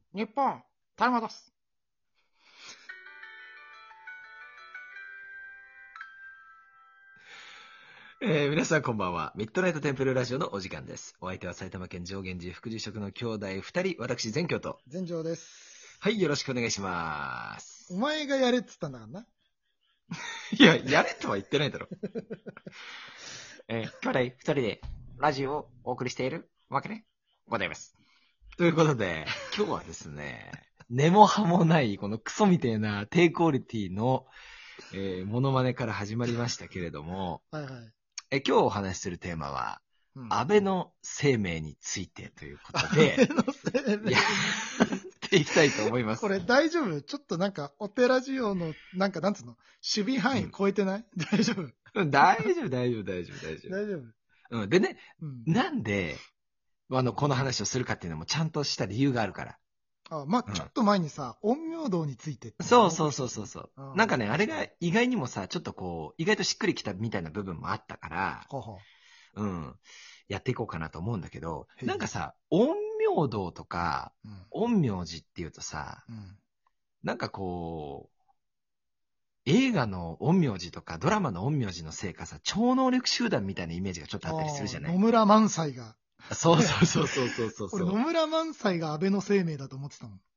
日本、タイム戻す。 皆さんこんばんは。ミッドナイトテンプルラジオのお時間です。お相手は埼玉県上元寺副住職の兄弟二人、私全教と。 全城です。 はい、よろしくお願いします。 お前がやれって言ったんだからな。 いや、やれとは言ってないだろ。兄弟二人でラジオをお送りしているわけでございます。ということで、今日はですね、根も葉もないこのクソみたいな低クオリティの、モノマネから始まりましたけれども、 はいはい。 今日お話しするテーマは、安倍の生命についてということで、 安倍の生命やっていきたいと思います。 これ大丈夫？ちょっとなんか、お寺需要の、なんかなんつうの、守備範囲超えてない？大丈夫？ 大丈夫。 大丈夫？ でね、 うん。 なんで、この話をするかっていうのもちゃんとした理由があるから。 まあ、ちょっと前にさ、陰陽道についてってそう。 うんなんかね、あれが意外にもさ、ちょっと意外としっくりきたみたいな部分もあったから、 ほうほやっていこうかなと思うんだけど、 へいなんかさ、陰陽道とか、 う。 陰陽師っていうとさ、 うん。 なんか映画の陰陽師とかドラマの陰陽師のせいかさ、超能力集団みたいなイメージがちょっとあったりするじゃない？ 野村萬斎が。 そう。 俺、野村萬斎が安倍の生命だと思ってたもん。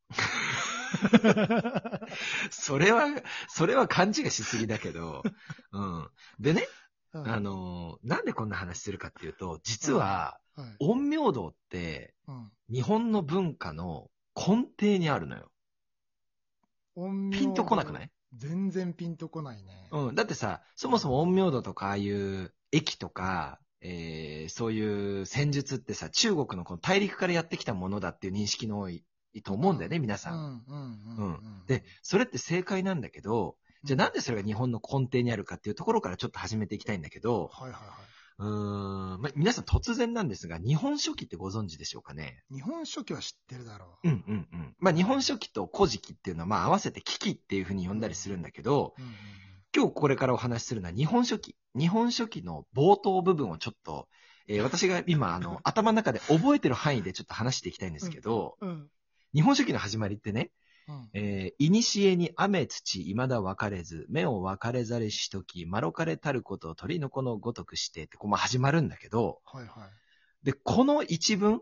それは勘違いしすぎだけど、でね、 うんなんでこんな話するかっていうと、実は、 はい。 陰陽道って、日本の文化の根底にあるのよ。ピンとこなくない？ 全然ピンとこないね。 だってさ、そもそも陰陽道とか、ああいう駅とか、そういう戦術ってさ、中国のこの大陸からやってきたものだっていう認識の多いと思うんだよね、皆さん。で、それって正解なんだけど、じゃあなんでそれが日本の根底にあるかっていうところからちょっと始めていきたいんだけど、皆さん突然なんですが、日本書紀ってご存知でしょうかね？ 日本書紀は知ってるだろう。 日本書紀と古事記っていうのは、合わせて紀記っていうふうに呼んだりするんだけど、今日これからお話しするのは日本書紀。日本書紀の冒頭部分をちょっと、私が今、頭の中で覚えてる範囲でちょっと話していきたいんですけど、日本書紀の始まりってね、いにしえに雨土未だ分かれず、目を分かれざれしとき、まろかれたることを鳥の子のごとくしてって、始まるんだけど、で、この一文って、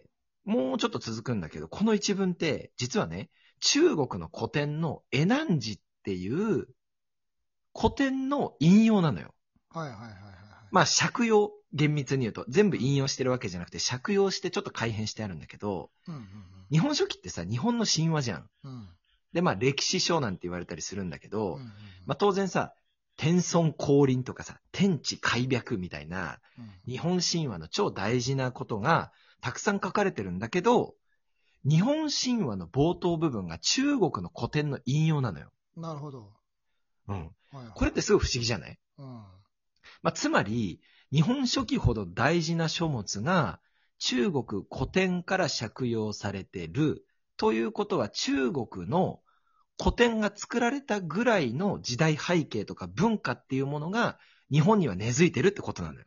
もうちょっと続くんだけど、この一文って、実はね、中国の古典の絵南寺っていう古典の引用なのよ。借用、厳密に言うと、全部引用してるわけじゃなくて、借用してちょっと改変してあるんだけど、日本書紀ってさ、日本の神話じゃん。で、歴史書なんて言われたりするんだけど、当然さ、天孫降臨とかさ、天地開闢みたいな、日本神話の超大事なことがたくさん書かれてるんだけど、日本神話の冒頭部分が中国の古典の引用なのよ。 なるほど。 これってすごい不思議じゃない？つまり、日本書紀ほど大事な書物が中国古典から借用されてるということは、中国の古典が作られたぐらいの時代背景とか文化っていうものが日本には根付いてるってことなんだよ。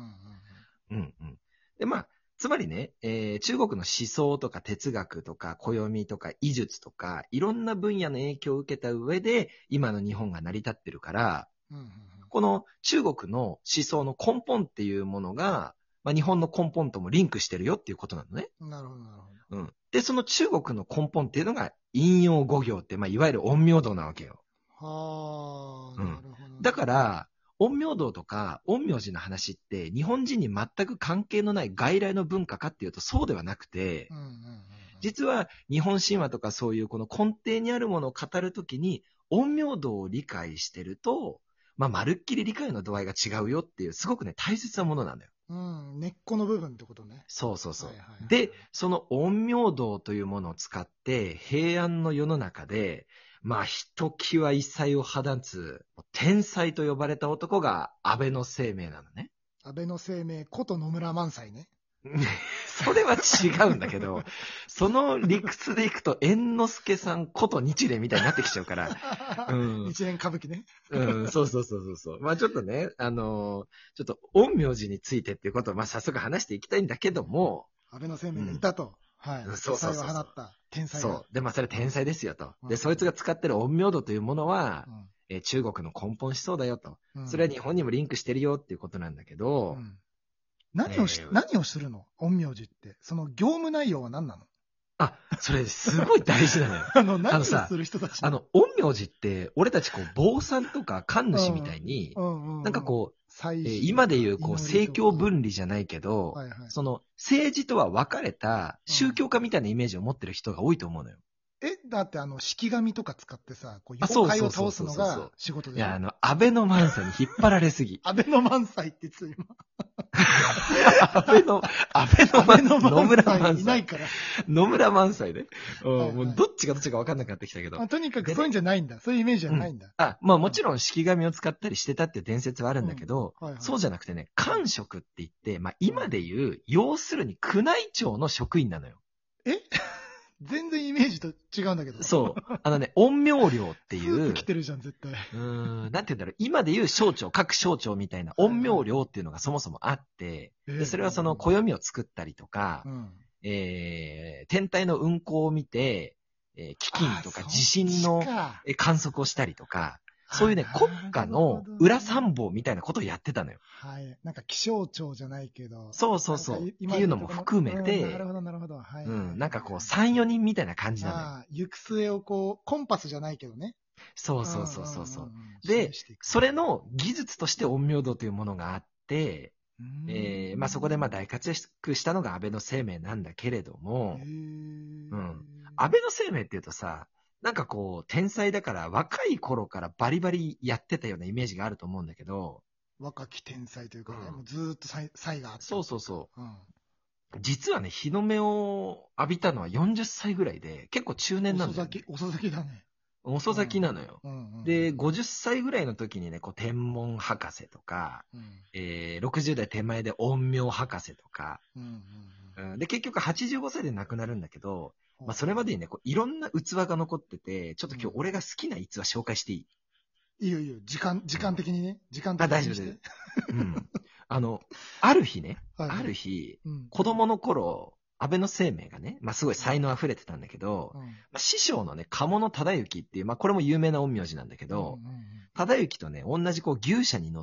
で、つまりね、中国の思想とか哲学とか暦とか医術とかいろんな分野の影響を受けた上で今の日本が成り立ってるから、この中国の思想の根本っていうものが、日本の根本ともリンクしてるよっていうことなのね。 なるほど。 で、その中国の根本っていうのが陰陽五行って、いわゆる陰陽道なわけよ。 なるほど。 だから、陰陽道とか陰陽師の話って日本人に全く関係のない外来の文化かっていうとそうではなくて、実は日本神話とかそういうこの根底にあるものを語るときに陰陽道を理解してると、まるっきり理解の度合いが違うよっていう、すごくね、大切なものなんだよ。 根っこの部分ってことね。 そう。で、その陰陽道というものを使って、平安の世の中で、ひときわ異彩を放つ、天才と呼ばれた男が安倍の生命なのね。 安倍の生命こと野村萬斎ね。 それは違うんだけど、その理屈でいくと、猿之助さんこと日蓮みたいになってきちゃうから、 日蓮歌舞伎ね。 そう。ちょっとね、ちょっと陰陽師についてっていうことを、早速話していきたいんだけども、 安倍の生命がいたと。 はい。 そうそうそう才を放った天才が。 そう。で、まあそれ天才ですよと。 うんで、そいつが使ってる陰陽道というものはう、ん中国の根本思想だよと。 うんそれは日本にもリンクしてるよっていうことなんだけど、 うん何をするの陰陽師って。その業務内容は何なの？ あ、それすごい大事なのよ。 何をさする人たち陰陽師って、俺たちこう、坊さんとか神主みたいに、なんかこう、今でいうこう、政教分離じゃないけど、 はいはいその、政治とは分かれた宗教家みたいなイメージを持ってる人が多いと思うのよ。 だって式紙とか使ってさ、こうあそう妖怪をそうそうそう倒すのが仕事でしょ。 いや、アベノマンサに引っ張られすぎ。 アベノマンサイって言ってた今。 アベノ野村萬斎。 いないから。 野村萬斎で。 はいはいもうどっちがどっちか分かんなくなってきたけど。 とにかくそういうんじゃないんだ。そういうイメージじゃないんだ。 まあもちろん式紙を使ったりしてたっていう伝説はあるんだけど、 はいはいそうじゃなくてね、官職って言って、まあ今で言う、要するに宮内庁の職員なのよ。 全然イメージと違うんだけど。 そう。陰陽寮っていスーうツ着、てるじゃん、絶対。 なんて言うんだろう、今で言う省庁、各省庁みたいな陰陽寮っていうのがそもそもあって、でそれはその暦を作ったりとか、 うん。 天体の運行を見て、飢饉とか地震の観測をしたりとか、そういうね、国家の裏参謀みたいなことをやってたのよ。 はい。なんか気象庁じゃないけど。 そうそうそう。っていうのも含めて、 なるほど、なるほど。はい。 なんかこう、3、4人みたいな感じなのよ。 行く末をこう、コンパスじゃないけどね。 そうそうそうそうそう。で、それの技術として陰陽道というものがあって、まあそこでまあ大活躍したのが安倍の生命なんだけれども、安倍の生命っていうとさ、なんかこう、天才だから若い頃からバリバリやってたようなイメージがあると思うんだけど、 若き天才というかね、もうずーっと才があった。 そうそうそう。実はね、日の目を浴びたのは40歳ぐらいで、結構中年なんだよ、ね。 遅咲きだね。 遅咲きなのよ。で、50歳ぐらいの時にね、こう、天文博士とか、60代手前で陰陽博士とか、で、結局85歳で亡くなるんだけど、まあ、それまでにね、こういろんな器が残ってて、ちょっと今日俺が好きな逸話紹介していい？ いいよいいよ。時間的にね。時間的に。 大丈夫です。ある日ね、ある日、子供の頃、安倍の生命がね、まあ、すごい才能溢れてたんだけど、まあ、師匠のね、鴨の忠之っていう、まあ、これも有名な陰陽師なんだけど、忠之とね、同じこう牛舎に乗って、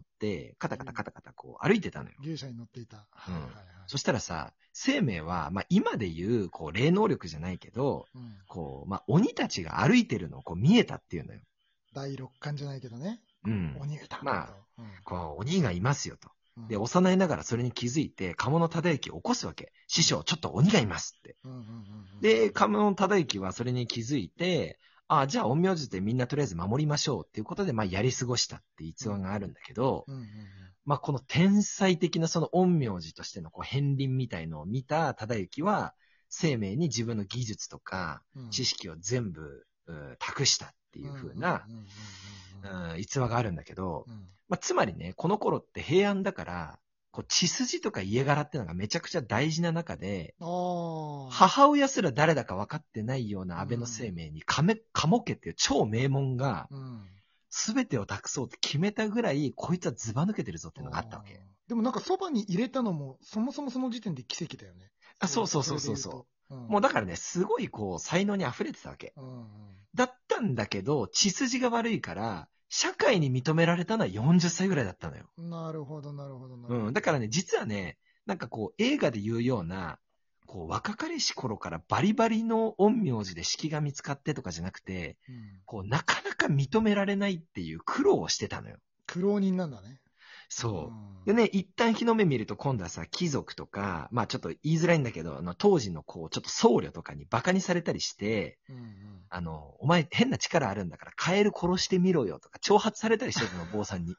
カタカタカタカタこう歩いてたのよ。 牛舎に乗っていた。 そしたらさ、生命は、まあ、今で言う、こう、霊能力じゃないけど、こう、まあ、鬼たちが歩いてるのをこう見えたっていうのよ。 第六感じゃないけどね。鬼がいた。 まあ、こう、鬼がいますよと。で、幼いながらそれに気づいて、鴨の忠之を起こすわけ。師匠、ちょっと鬼がいますって。で、鴨の忠之はそれに気づいて、じゃあ陰陽師でみんなとりあえず守りましょうっていうことで、まあ、やり過ごしたって逸話があるんだけど、まあ、この天才的なその陰陽師としてのこう片鱗みたいのを見た忠之は、生命に自分の技術とか知識を全部、託したっていう風な、逸話があるんだけど、まあ、つまりね、この頃って平安だから、こう血筋とか家柄っていうのがめちゃくちゃ大事な中で、母親すら誰だか分かってないような安倍の生命に鴨家っていう超名門が、全てを託そうって決めたぐらい、こいつはズバ抜けてるぞっていうのがあったわけ。 でもなんかそばに入れたのも、そもそもその時点で奇跡だよね。 そうそうそうそうそう。もうだからね、すごいこう、才能に溢れてたわけ。だったんだけど、血筋が悪いから、社会に認められたのは40歳ぐらいだったのよ。 なるほど、なるほど。 だからね、実はね、なんかこう、映画で言うような、こう、若かりし頃からバリバリの陰陽師で式が見つかってとかじゃなくて、こう、なかなか認められないっていう苦労をしてたのよ。 苦労人なんだね。 そう。でね、一旦日の目見ると今度はさ、貴族とか、まあちょっと言いづらいんだけど、当時のこう、ちょっと僧侶とかにバカにされたりして、お前変な力あるんだからカエル殺してみろよとか、挑発されたりしてるの、坊さんに。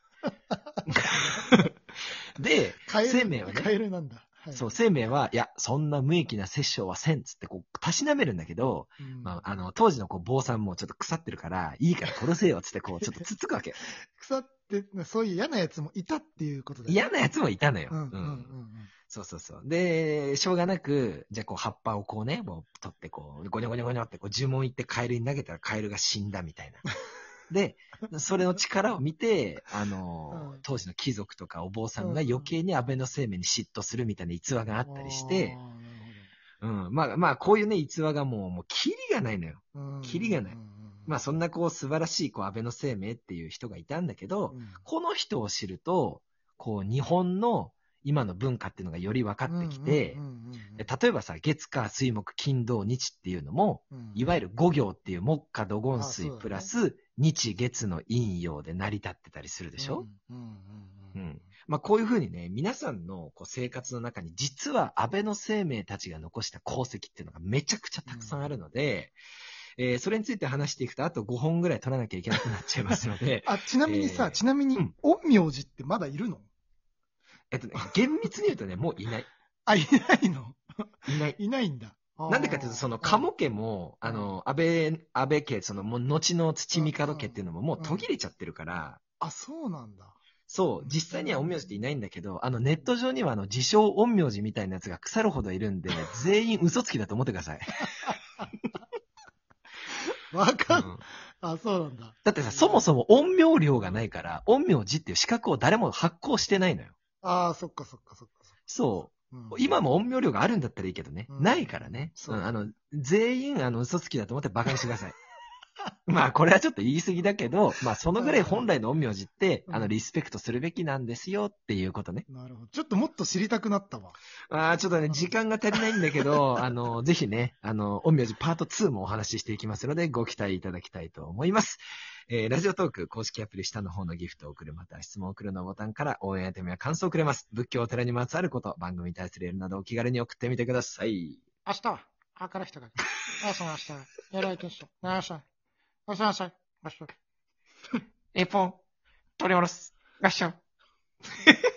で、生命はね、 カエルなんだ。 そう、生命は、いや、そんな無益な殺生はせんっつって、こう、たしなめるんだけど、まあ、当時のこう、坊さんもちょっと腐ってるから、いいから殺せよっつって、こう、ちょっとつっつくわけ。 腐って、そういう嫌な奴もいたっていうことだよね。 嫌な奴もいたのよ。そうそうそう。で、しょうがなく、じゃあこう、葉っぱをこうね、もう取ってこう、ゴニョゴニョゴニョってこう、呪文言ってカエルに投げたらカエルが死んだみたいな。で、それの力を見て、当時の貴族とかお坊さんが余計に安倍の生命に嫉妬するみたいな逸話があったりして、 うん。まあまあ、こういうね、逸話がもう、キリがないのよ。キリがない。まあ、そんなこう、素晴らしい、安倍の生命っていう人がいたんだけど、この人を知ると、日本の今の文化っていうのがより分かってきて、例えばさ、月火水木金土日っていうのも、いわゆる五行っていう木火土金水プラス、日月の陰陽で成り立ってたりするでしょ。まあ、こういうふうにね、皆さんの生活の中に実は安倍の生命たちが残した功績っていうのがめちゃくちゃたくさんあるので、それについて話していくとあと5本ぐらい取らなきゃいけなくなっちゃいますので。 ちなみにさ、陰陽師ってまだいるの？ 厳密に言うとね、もういない。 いないの？ いない。 いないんだ。 なんでかっていうと、鴨家も、安倍家、もう後の土御門家っていうのももう途切れちゃってるから。 そうなんだ。 そう、実際には陰陽師っていないんだけど、ネット上には自称陰陽師みたいなやつが腐るほどいるんで、全員嘘つきだと思ってください。 わかん、そうなんだ。 だってさ、そもそも陰陽寮がないから、陰陽師っていう資格を誰も発行してないのよ。 そっかそっかそっか。 そう。今も陰陽寮があるんだったらいいけどね。ないからね。全員嘘つきだと思って馬鹿にしてください。まあ、これはちょっと言い過ぎだけど、まあ、そのぐらい本来の陰陽師って、リスペクトするべきなんですよっていうことね。 なるほど。ちょっともっと知りたくなったわ。 ちょっとね、時間が足りないんだけど、ぜひね、陰陽師パート2もお話ししていきますので、ご期待いただきたいと思います。ラジオトーク公式アプリ下の方のギフトを送る、または質問を送るのボタンから応援アイテムや感想をくれます。仏教お寺にまつわること、番組に対するエールなどお気軽に送ってみてください。 明日は、明るい人が、明日は、偉い天使、明日、おしゃさい、明日。 一本、取り下ろす、合唱。